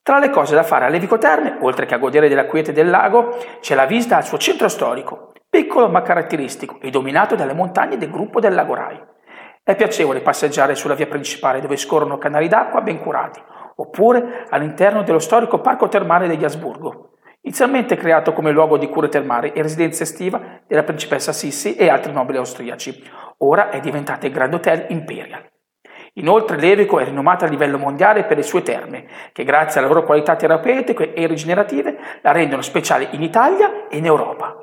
Tra le cose da fare a Levico Terme, oltre che a godere della quiete del lago, c'è la visita al suo centro storico, piccolo ma caratteristico e dominato dalle montagne del gruppo del Lago Rai. È piacevole passeggiare sulla via principale dove scorrono canali d'acqua ben curati, oppure all'interno dello storico parco termale degli Asburgo, inizialmente creato come luogo di cure termali e residenza estiva della principessa Sissi e altri nobili austriaci. Ora è diventato il Grand Hotel Imperial. Inoltre Levico è rinomata a livello mondiale per le sue terme, che grazie alle loro qualità terapeutiche e rigenerative la rendono speciale in Italia e in Europa.